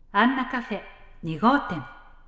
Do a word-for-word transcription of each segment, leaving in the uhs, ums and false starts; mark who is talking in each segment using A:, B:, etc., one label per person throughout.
A: アンナカフェに号店。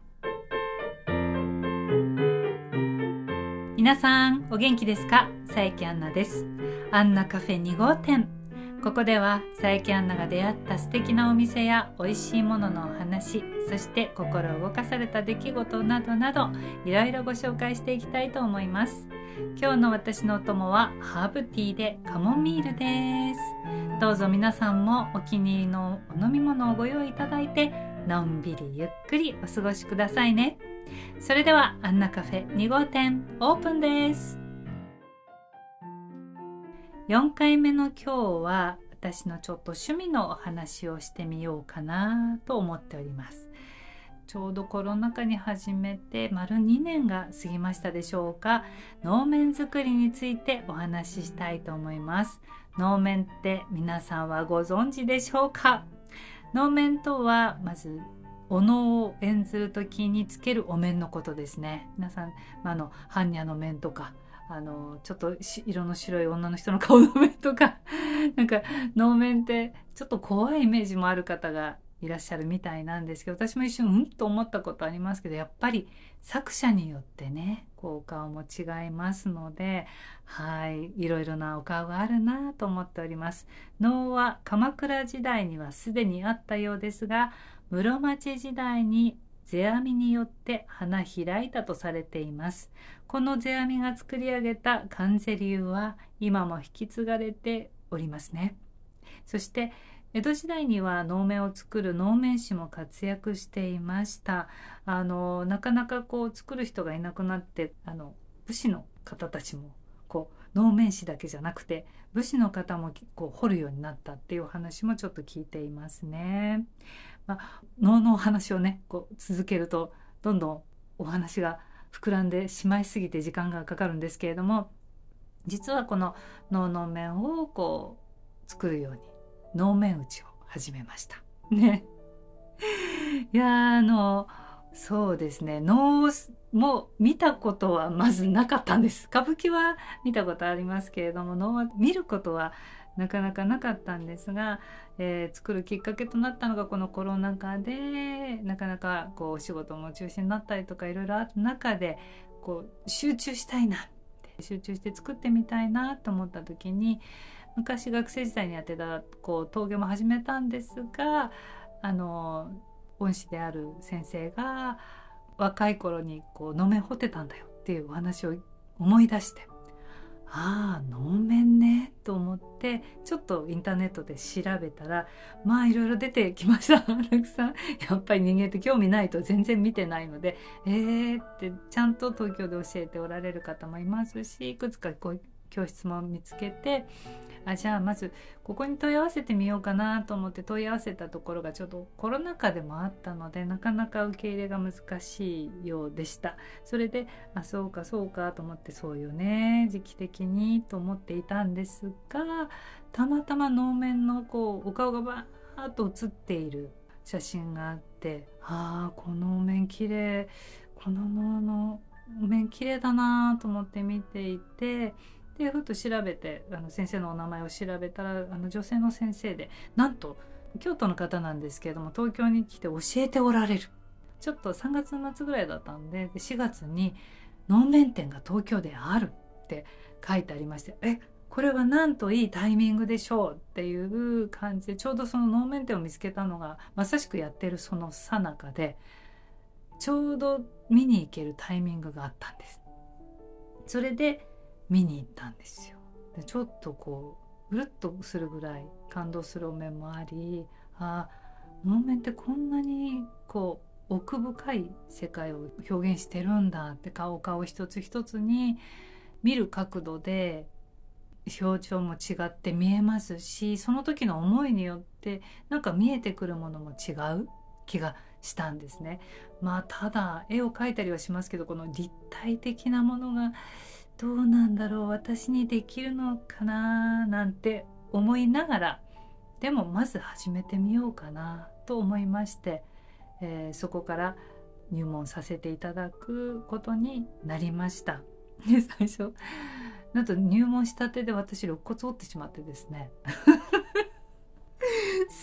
A: 皆さんお元気ですか？佐伯アンナです。アンナカフェに号店。ここでは佐伯アンナが出会った素敵なお店や美味しいもののお話、そして心を動かされた出来事などなどいろいろご紹介していきたいと思います。今日の私のお供はハーブティーでカモミールです。どうぞ皆さんもお気に入りのお飲み物をご用意いただいて、のんびりゆっくりお過ごしくださいね。それではアンナカフェに号店オープンです。よんかいめの今日は私のちょっと趣味のお話をしてみようかなと思っております。ちょうどコロナ禍に始めて丸にねんが過ぎましたでしょうか。能面作りについてお話ししたいと思います。能面って皆さんはご存知でしょうか？能面とはまずお能を演ずる時につけるお面のことですね。皆さん、まあ、あの般若の面とかあのちょっと色の白い女の人の顔の面とかなんか能面ってちょっと怖いイメージもある方がいらっしゃるみたいなんですけど、私も一瞬うんと思ったことありますけど、やっぱり作者によってねお顔も違いますので、はいいろいろなお顔があるなと思っております。能は鎌倉時代にはすでにあったようですが、室町時代に世阿弥によって花開いたとされています。この世阿弥が作り上げた観世流は今も引き継がれておりますね。そして江戸時代には能面を作る能面師も活躍していました。あのなかなかこう作る人がいなくなって、あの武士の方たちもこう能面師だけじゃなくて武士の方もこう彫るようになったっていう話もちょっと聞いていますね。まあ、能のお話をねこう続けるとどんどんお話が膨らんでしまいすぎて時間がかかるんですけれども、実はこの能の面をこう作るように能面打ちを始めましたね。いやあのそうですね、能も見たことはまずなかったんです。歌舞伎は見たことありますけれども、能は見ることはなかなかなかったんですが、えー、作るきっかけとなったのがこのコロナ禍でなかなかこうお仕事も中止になったりとかいろいろあった中で、こう集中したいなって集中して作ってみたいなと思った時に、昔学生時代にやってたこう陶芸も始めたんですが、あの恩師である先生が若い頃にこう能面彫ってたんだよっていうお話を思い出して、ああ能面ねと思ってちょっとインターネットで調べたら、まあいろいろ出てきましたたくさん。やっぱり人間って興味ないと全然見てないので、えーってちゃんと東京で教えておられる方もいますし、いくつかこう教室も見つけて、あじゃあまずここに問い合わせてみようかなと思って問い合わせたところがちょっとコロナ禍でもあったのでなかなか受け入れが難しいようでした。それであそうかそうかと思って、そういうね時期的にと思っていたんですが、たまたま能面のこうお顔がバーッと写っている写真があって、ああこのお面綺麗、この能のお面綺麗だなと思って見ていて、でふと調べてあの先生のお名前を調べたら、あの女性の先生でなんと京都の方なんですけれども東京に来て教えておられる。ちょっとさんがつ末ぐらいだったんで、でしがつに能面展が東京であるって書いてありまして、えこれはなんといいタイミングでしょうっていう感じで、ちょうどその能面展を見つけたのがまさしくやってるその最中で、ちょうど見に行けるタイミングがあったんです。それで見に行ったんですよ。でちょっとこううるっとするぐらい感動するお面もあり、あ能面ってこんなにこう奥深い世界を表現してるんだって、顔顔一つ一つに見る角度で表情も違って見えますし、その時の思いによってなんか見えてくるものも違う気がしたんですね。まあただ絵を描いたりはしますけど、この立体的なものがどうなんだろう、私にできるのかななんて思いながら、でもまず始めてみようかなと思いまして、えー、そこから入門させていただくことになりました。で最初なんと入門したてで私肋骨折ってしまってですねそ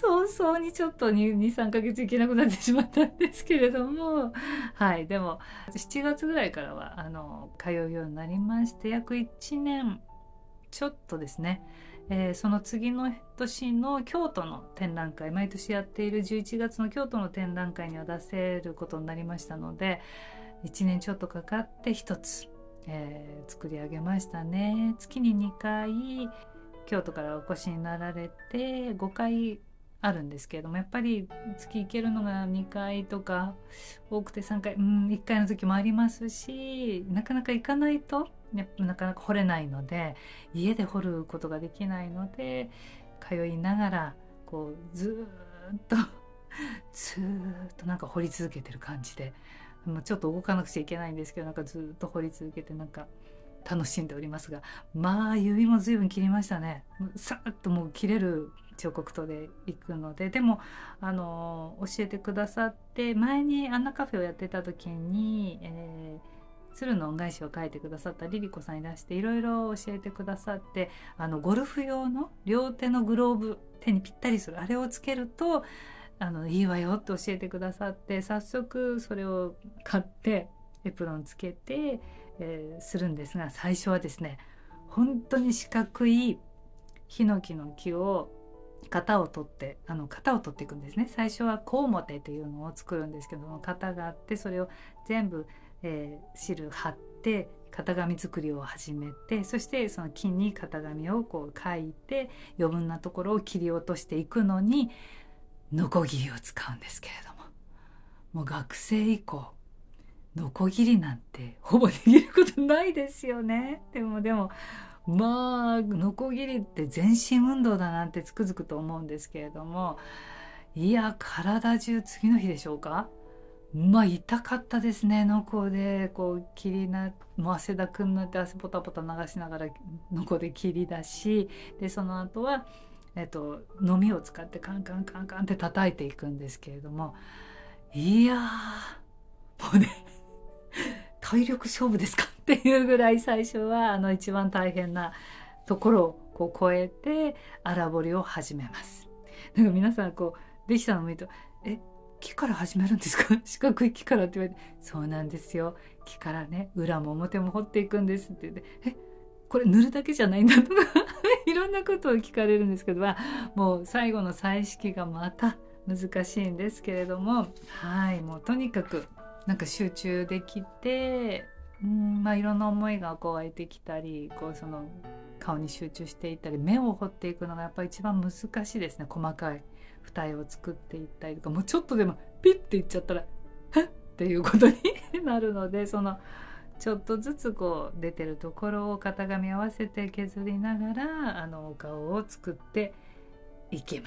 A: 早々にちょっとにさんかげつ行けなくなってしまったんですけれども、はい、でもしちがつぐらいからはあの通うようになりまして、約いちねんちょっとですね、えー、その次の年の京都の展覧会、毎年やっているじゅういちがつの京都の展覧会には出せることになりましたので、いちねんちょっとかかってひとつ、えー、作り上げましたね。月ににかい京都からお越しになられてごかいあるんですけれども、やっぱり月行けるのがにかいとか多くてさんかい、うん、いっかいの時もありますし、なかなか行かないとなかなか掘れないので、家で掘ることができないので、通いながらこうずーっとずーっとなんか掘り続けてる感じで、もうちょっと動かなくちゃいけないんですけど、なんかずーっと掘り続けてなんか楽しんでおりますが、まあ指も随分切りましたね。さーっともう切れる彫刻刀で行くので。でもあの教えてくださって、前にアンナカフェをやってた時に、えー鶴の恩返しを書いてくださったリリコさんいらして、いろいろ教えてくださって、あのゴルフ用の両手のグローブ、手にぴったりするあれをつけるとあのいいわよって教えてくださって、早速それを買ってエプロンつけて、えー、するんですが、最初はですね、本当に四角いヒノキの木を型を取ってあの型を取っていくんですね。最初はコウモテというのを作るんですけども、型があって、それを全部えー、汁貼って型紙作りを始めて、そしてその木に型紙をこう書いて余分なところを切り落としていくのにノコギリを使うんですけれども、もう学生以降ノコギリなんてほぼ握ることないですよね。でもでもまあノコギリって全身運動だなんてつくづくと思うんですけれども、いや体中次の日でしょうか、まあ痛かったですね。ノコでこう切りな、もう汗だくになって汗ポタポタ流しながらノコで切り出し、でその後はえっとのみを使ってカンカンカンカンって叩いていくんですけれども、いやーもうね体力勝負ですかっていうぐらい、最初はあの一番大変なところをこう超えて荒彫りを始めます。なんか皆さんこうできたのを見ると、え木から始めるんですか四角い木からって言われて、そうなんですよ、木からね裏も表も彫っていくんですって言って、えこれ塗るだけじゃないんだとかいろんなことを聞かれるんですけど、まあ、もう最後の彩色がまた難しいんですけれども、はいもうとにかくなんか集中できて、うんまあいろんな思いがこう湧いてきたり、こうその顔に集中していったり、目を彫っていくのがやっぱり一番難しいですね。細かい二重を作っていったりとか、もうちょっとでもピッていっちゃったらはっっていうことになるので、そのちょっとずつこう出てるところを型紙合わせて削りながらあのお顔を作っていきます。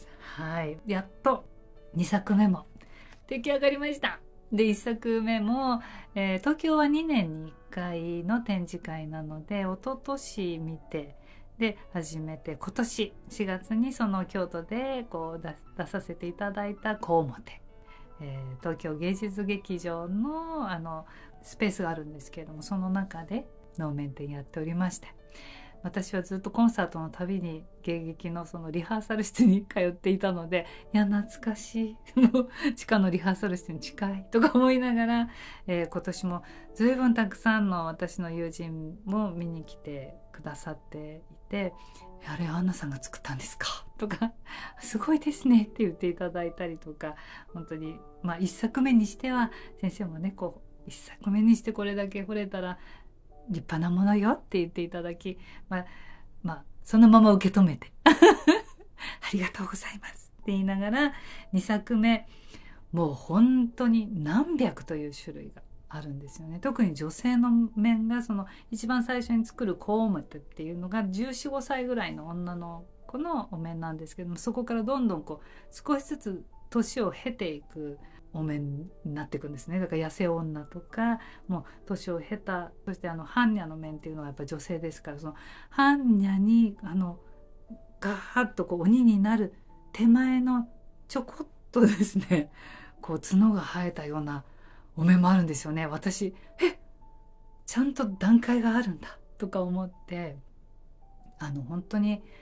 A: はい、やっとにさくめも出来上がりました。でいっさくめも、えー、東京はにねんにいっかいの展示会なので、一昨年見てで始めて、今年しがつにその京都でこう 出, 出させていただいたコウモテ、えー、東京芸術劇場 の, あのスペースがあるんですけれども、その中で能面展やっておりまして、私はずっとコンサートのたびに芸劇のそのリハーサル室に通っていたので、いや懐かしいもう地下のリハーサル室に近いとか思いながら、えー、今年も随分たくさんの私の友人も見に来てくださっていて、あれアンナさんが作ったんですかとかすごいですねって言っていただいたりとか、本当にまあいっさくめにしては先生もね、こういっさくめにしてこれだけ惚れたら立派なものよって言っていただき、まあ、まあ、そのまま受け止めてありがとうございますって言いながら、にさくめもう本当に何百という種類があるんですよね。特に女性の面が、その一番最初に作るコウモテっていうのがじゅうよん、ごさいぐらいの女の子のお面なんですけども、そこからどんどんこう少しずつ年を経ていくお面になっていくんですね。だから痩せ女とか、もう年を経た、そしてあの般若の面っていうのはやっぱ女性ですから、その般若にあのガーッとこう鬼になる手前のちょこっとですね、こう角が生えたようなお面もあるんですよね。私えちゃんと段階があるんだとか思って、あの本当に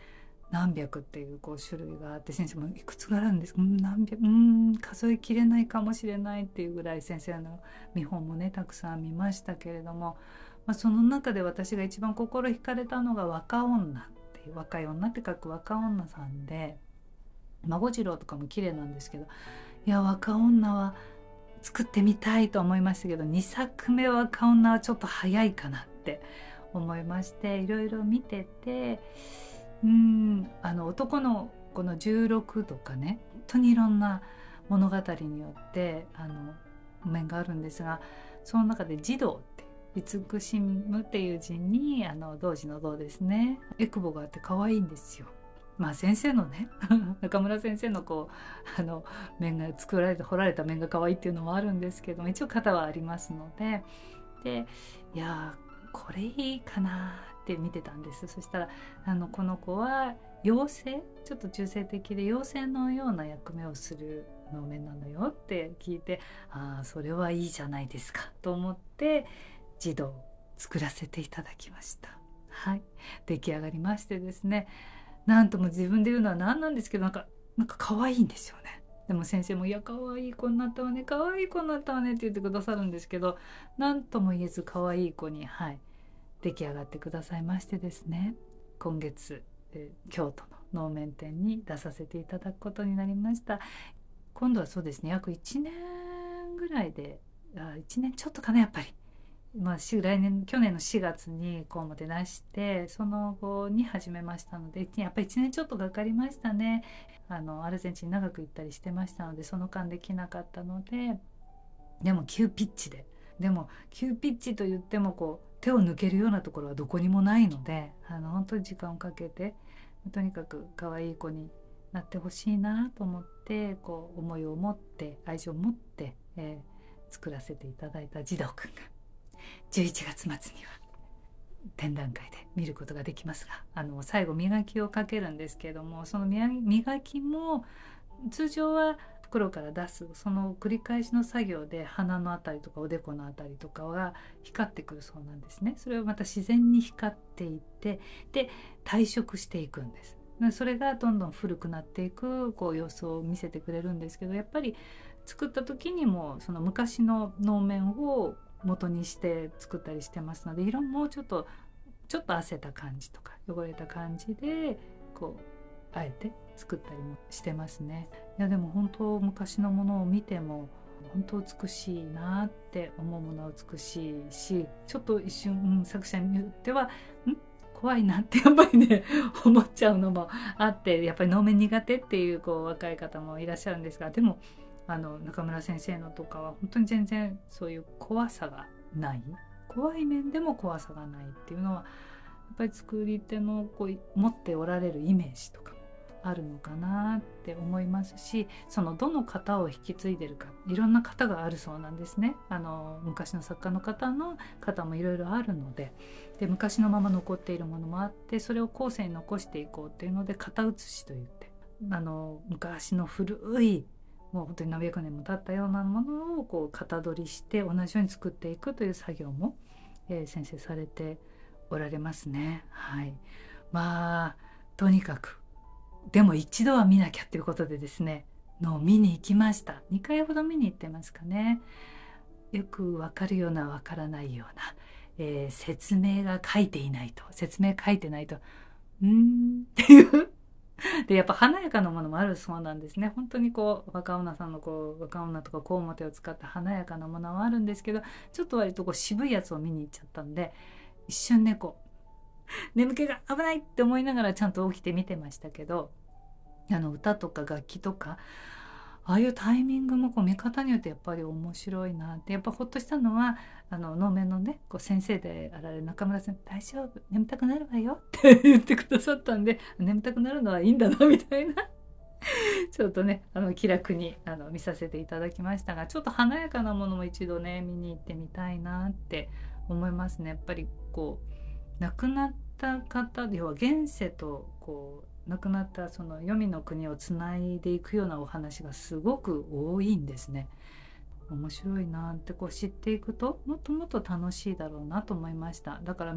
A: 何百っていうこう種類があって、先生もいくつがあるんですか、うん何百、うん数えきれないかもしれないっていうぐらい先生の見本もねたくさん見ましたけれども、まあ、その中で私が一番心惹かれたのが若女っていう、若い女って書く若女さんで、孫次郎とかも綺麗なんですけど、いや若女は作ってみたいと思いましたけど、にさくめ若女はちょっと早いかなって思いまして、いろいろ見てて、うーんあの男のこのじゅうろくとかね、本当にいろんな物語によってあの面があるんですが、その中で児童って慈しむっていう字にあの童子の童ですね、エクボがあって可愛いんですよ。まあ先生のね中村先生のこうあの面が作られて彫られた面が可愛いっていうのもあるんですけども、一応型はありますので、でいやこれいいかなって見てたんです。そしたらあのこの子は妖精、ちょっと中性的で妖精のような役目をする能面なのよって聞いて、ああそれはいいじゃないですかと思って児童を作らせていただきました。はい、出来上がりましてですね、なんとも自分で言うのは何なんですけど、なんかなんか可愛いんですよね。でも先生も「いや可愛い子になったわね、可愛い子になったわね」って言ってくださるんですけど、何とも言えず可愛い子に、はい、出来上がってくださいましてですね、今月、えー京都の能面展に出させていただくことになりました。今度はそうですね、約いちねんぐらいで、あいちねんちょっとかなやっぱり。まあ、し来年去年のしがつにこうもて出して、その後に始めましたので、やっぱりいちねんちょっとかかりましたね。あのアルゼンチン長く行ったりしてましたので、その間できなかったので、でも急ピッチで、でも急ピッチと言ってもこう手を抜けるようなところはどこにもないので、あの本当に時間をかけてとにかく可愛い子になってほしいなと思って、こう思いを持って愛情を持って、えー作らせていただいた児童くんがじゅういちがつ末には展覧会で見ることができますが、あの最後磨きをかけるんですけれども、その磨きも通常は袋から出すその繰り返しの作業で、鼻のあたりとかおでこのあたりとかが光ってくるそうなんですね。それをまた自然に光っていって、で退色していくんです。それがどんどん古くなっていくこう様子を見せてくれるんですけど、やっぱり作った時にもその昔の能面を元にして作ったりしてますので、色もちょっとちょっと褪せた感じとか汚れた感じでこうあえて作ったりもしてますね。いやでも本当昔のものを見ても本当美しいなって思うものは美しいし、ちょっと一瞬、うん、作者によってはん怖いなってやっぱりね思っちゃうのもあって、やっぱり能面苦手っていうこう若い方もいらっしゃるんですが、でもあの中村先生のとかは本当に全然そういう怖さがない、怖い面でも怖さがないっていうのはやっぱり作り手のこう持っておられるイメージとかあるのかなって思いますし、そのどの型を引き継いでるか、いろんな型があるそうなんですね。あの昔の作家の方の型もいろいろあるので、で昔のまま残っているものもあって、それを後世に残していこうっていうので型写しといって、あの昔の古いもう本当に何百年も経ったようなものをこう型取りして同じように作っていくという作業も、えー、先生されておられますね。はい、まあとにかくでも一度は見なきゃっていうことでですねの見に行きました。にかいほど見に行ってますかね。よくわかるようなわからないような、えー、説明が書いていないと説明書いてないとうーんっていうでやっぱ華やかなものもあるそうなんですね。本当にこう若女さんのこう若女とか小面を使った華やかなものはあるんですけど、ちょっと割とこう渋いやつを見に行っちゃったんで、一瞬ねこう眠気が危ないって思いながらちゃんと起きて見てましたけど、あの歌とか楽器とかああいうタイミングもこう見方によってやっぱり面白いなって、やっぱほっとしたのはあの能面のねこう先生であられる中村さん「大丈夫眠たくなるわよ」って言ってくださったんで、眠たくなるのはいいんだなみたいなちょっとねあの気楽にあの見させていただきましたが、ちょっと華やかなものも一度ね見に行ってみたいなって思いますね。やっぱりこう亡くなった方要は現世とこう亡くなったその黄泉の国をつないでいくようなお話がすごく多いんですね。面白いなってこう知っていくともっともっと楽しいだろうなと思いました。だから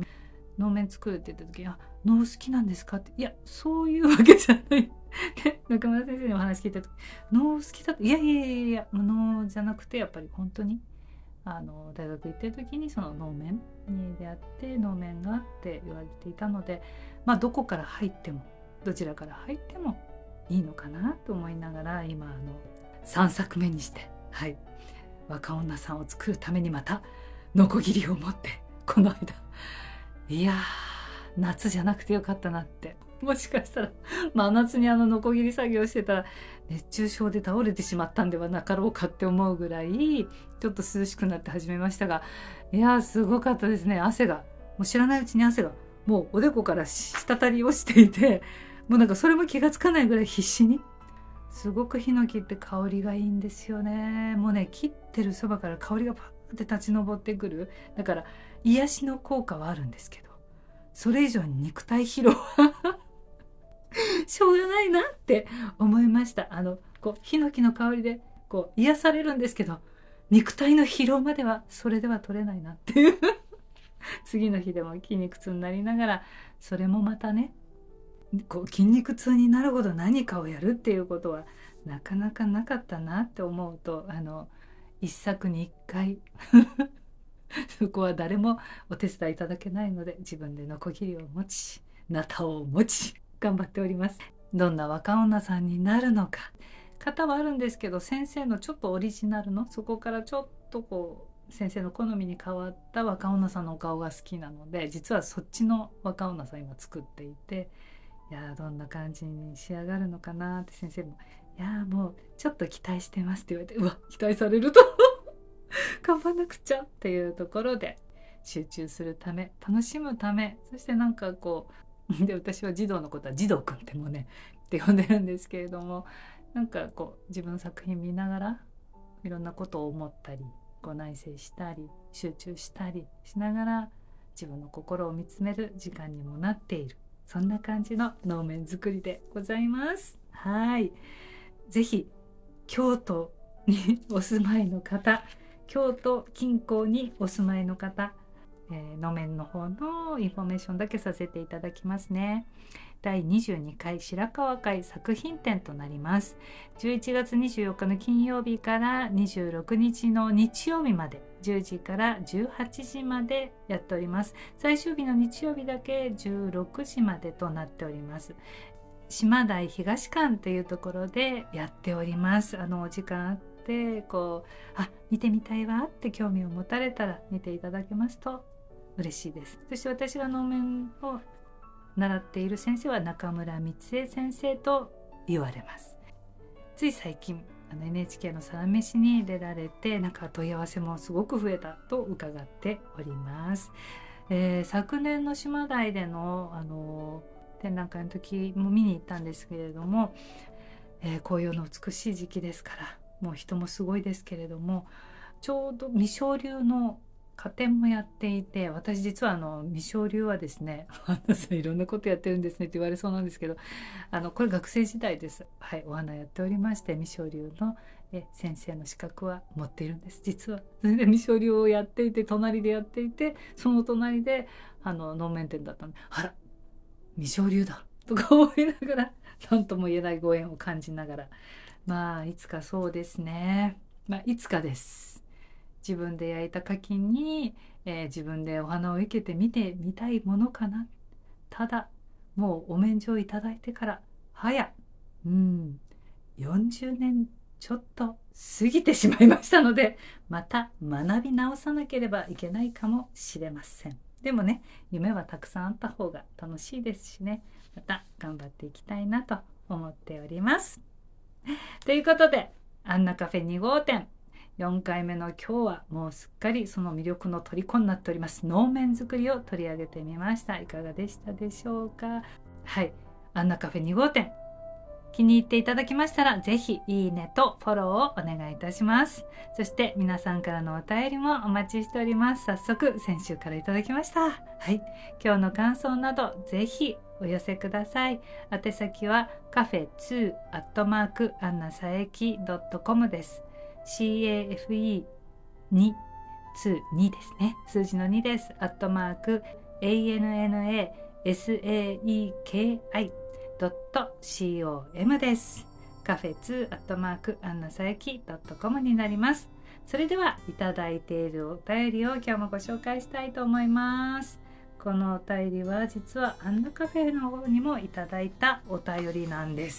A: 能面作るって言った時に「あ、能好きなんですか?」って「いやそういうわけじゃない」で中村先生にお話聞いた時「能好きだ」って「いやいやいやいや能じゃなくてやっぱり本当にあの大学行ってる時にその能面に出会って能面がって言われていたので、まあどこから入ってもどちらから入ってもいいのかなと思いながら今あのさんさくめにしてはい若女さんを作るためにまたノコギリを持ってこの間いやー夏じゃなくてよかったなって、もしかしたら真夏にあのノコギリ作業してたら熱中症で倒れてしまったんではなかろうかって思うぐらいちょっと涼しくなって始めましたが、いやーすごかったですね。汗がもう知らないうちに汗がもうおでこから滴り落ちていて、もうなんかそれも気がつかないぐらい必死に。すごくヒノキって香りがいいんですよね。もうね切ってるそばから香りがパーって立ち上ってくる。だから癒しの効果はあるんですけど、それ以上に肉体疲労はしょうがないなって思いました。あのこうヒノキの香りでこう癒されるんですけど、肉体の疲労まではそれでは取れないなっていう次の日でも筋肉痛になりながら、それもまたねこう筋肉痛になるほど何かをやるっていうことはなかなかなかったなって思うと、あの一作に一回そこは誰もお手伝いいただけないので自分でノコギリを持ちナタを持ち頑張っております。どんな若女さんになるのか型はあるんですけど、先生のちょっとオリジナルのそこからちょっとこう先生の好みに変わった若女さんのお顔が好きなので、実はそっちの若女さん今作っていて、いやどんな感じに仕上がるのかなって先生も「いやもうちょっと期待してます」って言われて、うわ期待されると頑張んなくちゃっていうところで集中するため楽しむため、そしてなんかこうで私は児童のことは児童くんってもうねって呼んでるんですけれども、なんかこう自分の作品見ながらいろんなことを思ったりこう内省したり集中したりしながら自分の心を見つめる時間にもなっている、そんな感じの能面作りでございます。はい、ぜひ京都にお住まいの方、京都近郊にお住まいの方、えー、能面の方のインフォメーションだけさせていただきますね。だいにじゅうにかい白川会作品展となります。じゅういちがつにじゅうよっかの金曜日からにじゅうろくにちの日曜日までじゅうじからじゅうはちじまでやっております。最終日の日曜日だけじゅうろくじまでとなっております。島台東館というところでやっております。あのお時間あってこうあ見てみたいわって興味を持たれたら見ていただけますと嬉しいです。そして私が能面を習っている先生は中村光恵先生と言われます。つい最近あの エヌエイチケー のサラメシに出られて、なんか問い合わせもすごく増えたと伺っております。えー、昨年の島台での、あの展覧会の時も見に行ったんですけれども、えー、紅葉の美しい時期ですからもう人もすごいですけれども、ちょうど未生流の個展もやっていて、私実はあの未生流はですねいろんなことやってるんですねって言われそうなんですけど、あのこれ学生時代です。はい、お花やっておりまして未生流のえ先生の資格は持っているんです実は。それで未生流をやっていて隣でやっていて、その隣であの能面展だったので、あら未生流だとか思いながら何とも言えないご縁を感じながら、まあいつかそうですね、まあいつかです。自分で焼いた牡蠣に、えー、自分でお花を生けてみてみたいものかな。ただもうお免状いただいてから早うんよんじゅうねんちょっと過ぎてしまいましたので、また学び直さなければいけないかもしれません。でもね、夢はたくさんあった方が楽しいですしね、また頑張っていきたいなと思っております。ということでアンナカフェに号店よんかいめの今日はもうすっかりその魅力の虜になっております能面作りを取り上げてみました。いかがでしたでしょうか。はい、アンナカフェに号店気に入っていただきましたらぜひいいねとフォローをお願いいたします。そして皆さんからのお便りもお待ちしております。早速先週からいただきました。はい、今日の感想などぜひお寄せください。宛先はカフェツーアットマークアンナサエキドットコムです。カフェに、にですね、数字のにです。アットマークアンナサキドットコム です。カフェツーアットマークアンナサヤキドットコム になります。それではいただいているお便りを今日もご紹介したいと思います。このお便りは実はアンナカフェの方にもいただいたお便りなんです。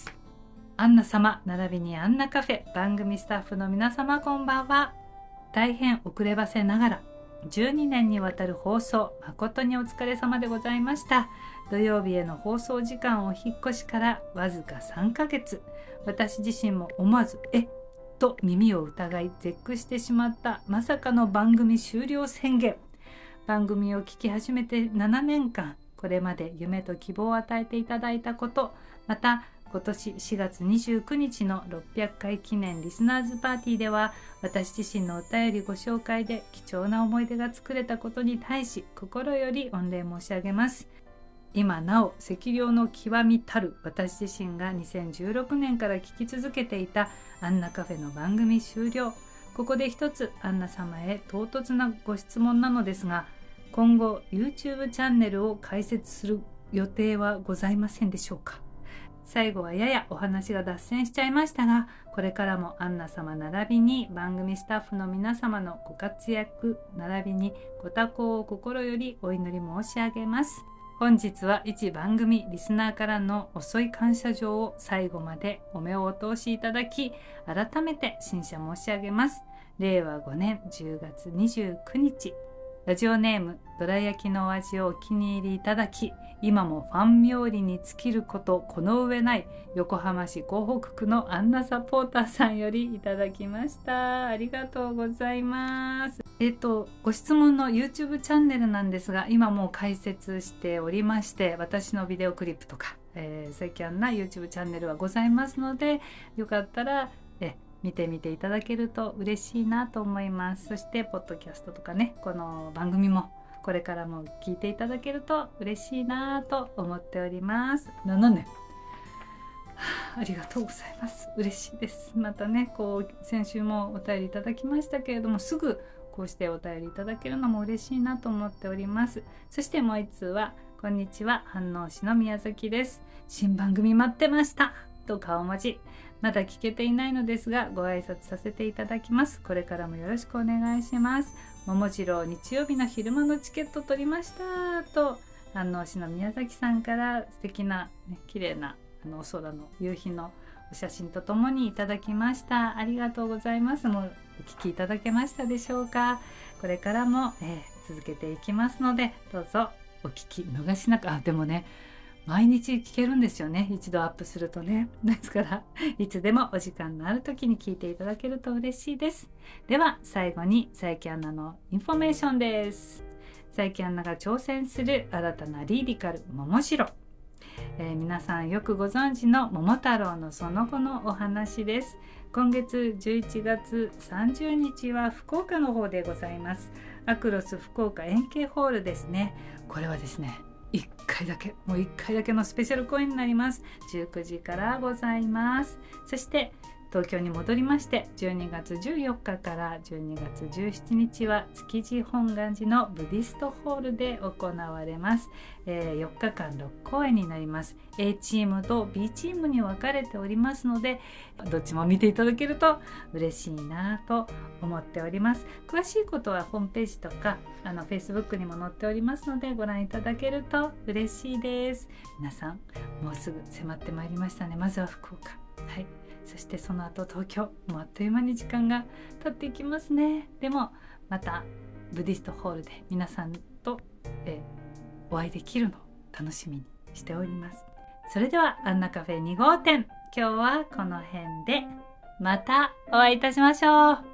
A: アンナ様並びにアンナカフェ番組スタッフの皆様、こんばんは。大変遅ればせながらじゅうにねんにわたる放送、誠にお疲れ様でございました。土曜日への放送時間お引っ越しからわずかさんかげつ、私自身も思わずえっと耳を疑い絶句してしまったまさかの番組終了宣言。番組を聞き始めてななねんかん、これまで夢と希望を与えていただいたこと、また今年しがつにじゅうくにちのろっぴゃっかい記念リスナーズパーティーでは、私自身のお便りご紹介で貴重な思い出が作れたことに対し心より御礼申し上げます。今なお赤涼の極みたる私自身がにせんじゅうろくねんから聞き続けていたアンナカフェの番組終了。ここで一つアンナ様へ唐突なご質問なのですが、今後 YouTube チャンネルを開設する予定はございませんでしょうか。最後はややお話が脱線しちゃいましたが、これからもアンナ様並びに番組スタッフの皆様のご活躍並びにご多幸を心よりお祈り申し上げます。本日は一番組リスナーからの遅い感謝状を最後までお目をお通しいただき、改めて深謝申し上げます。れいわごねんじゅうがつにじゅうくにち、ラジオネームどら焼きのお味をお気に入りいただき、今もファン冥利に尽きることこの上ない横浜市港北区のアンナサポーターさんよりいただきました。ありがとうございます。えっとご質問の YouTube チャンネルなんですが、今もう開設しておりまして、私のビデオクリップとか、えー、最近な YouTube チャンネルはございますので、よかったらえ見てみていただけると嬉しいなと思います。そしてポッドキャストとかね、この番組もこれからも聞いていただけると嬉しいなと思っております。ななねん、はあ、ありがとうございます。嬉しいです。またね、こう先週もお便りいただきましたけれども、すぐこうしてお便りいただけるのも嬉しいなと思っております。そしてもう一通は、こんにちは、飯能市の宮崎です。新番組待ってましたと顔文字。まだ聞けていないのですがご挨拶させていただきます。これからもよろしくお願いします。桃次郎日曜日の昼間のチケット取りましたと、飯能市の宮崎さんから素敵な、ね、綺麗なあのお空の夕日のお写真とともにいただきました。ありがとうございます。もうお聞きいただけましたでしょうか。これからも、えー、続けていきますので、どうぞお聞き逃しなく。あ、でもね、毎日聞けるんですよね。一度アップするとね。ですからいつでもお時間のある時に聞いていただけると嬉しいです。では最後に佐伯アンナのインフォメーションです。佐伯アンナが挑戦する新たなリーディカル桃城、えー、皆さんよくご存知の桃太郎のその後のお話です。今月じゅういちがつさんじゅうにちは福岡の方でございます。アクロス福岡円形ホールですね。これはですね、いっかいだけ、もういっかいだけのスペシャル公演になります。じゅうくじからございます。そして東京に戻りまして、じゅうにがつじゅうよっかからじゅうにがつじゅうしちにちは築地本願寺のブディストホールで行われます。えー、よっかかんろっこうえんになります。 A チームと B チームに分かれておりますので、どっちも見ていただけると嬉しいなと思っております。詳しいことはホームページとかあの Facebook にも載っておりますので、ご覧いただけると嬉しいです。皆さんもうすぐ迫ってまいりましたね。まずは福岡、はい、そしてその後東京、もうあっという間に時間が経っていきますね。でもまたブディストホールで皆さんと、えお会いできるのを楽しみにしております。それではアンナカフェにごうてん、今日はこの辺でまたお会いいたしましょう。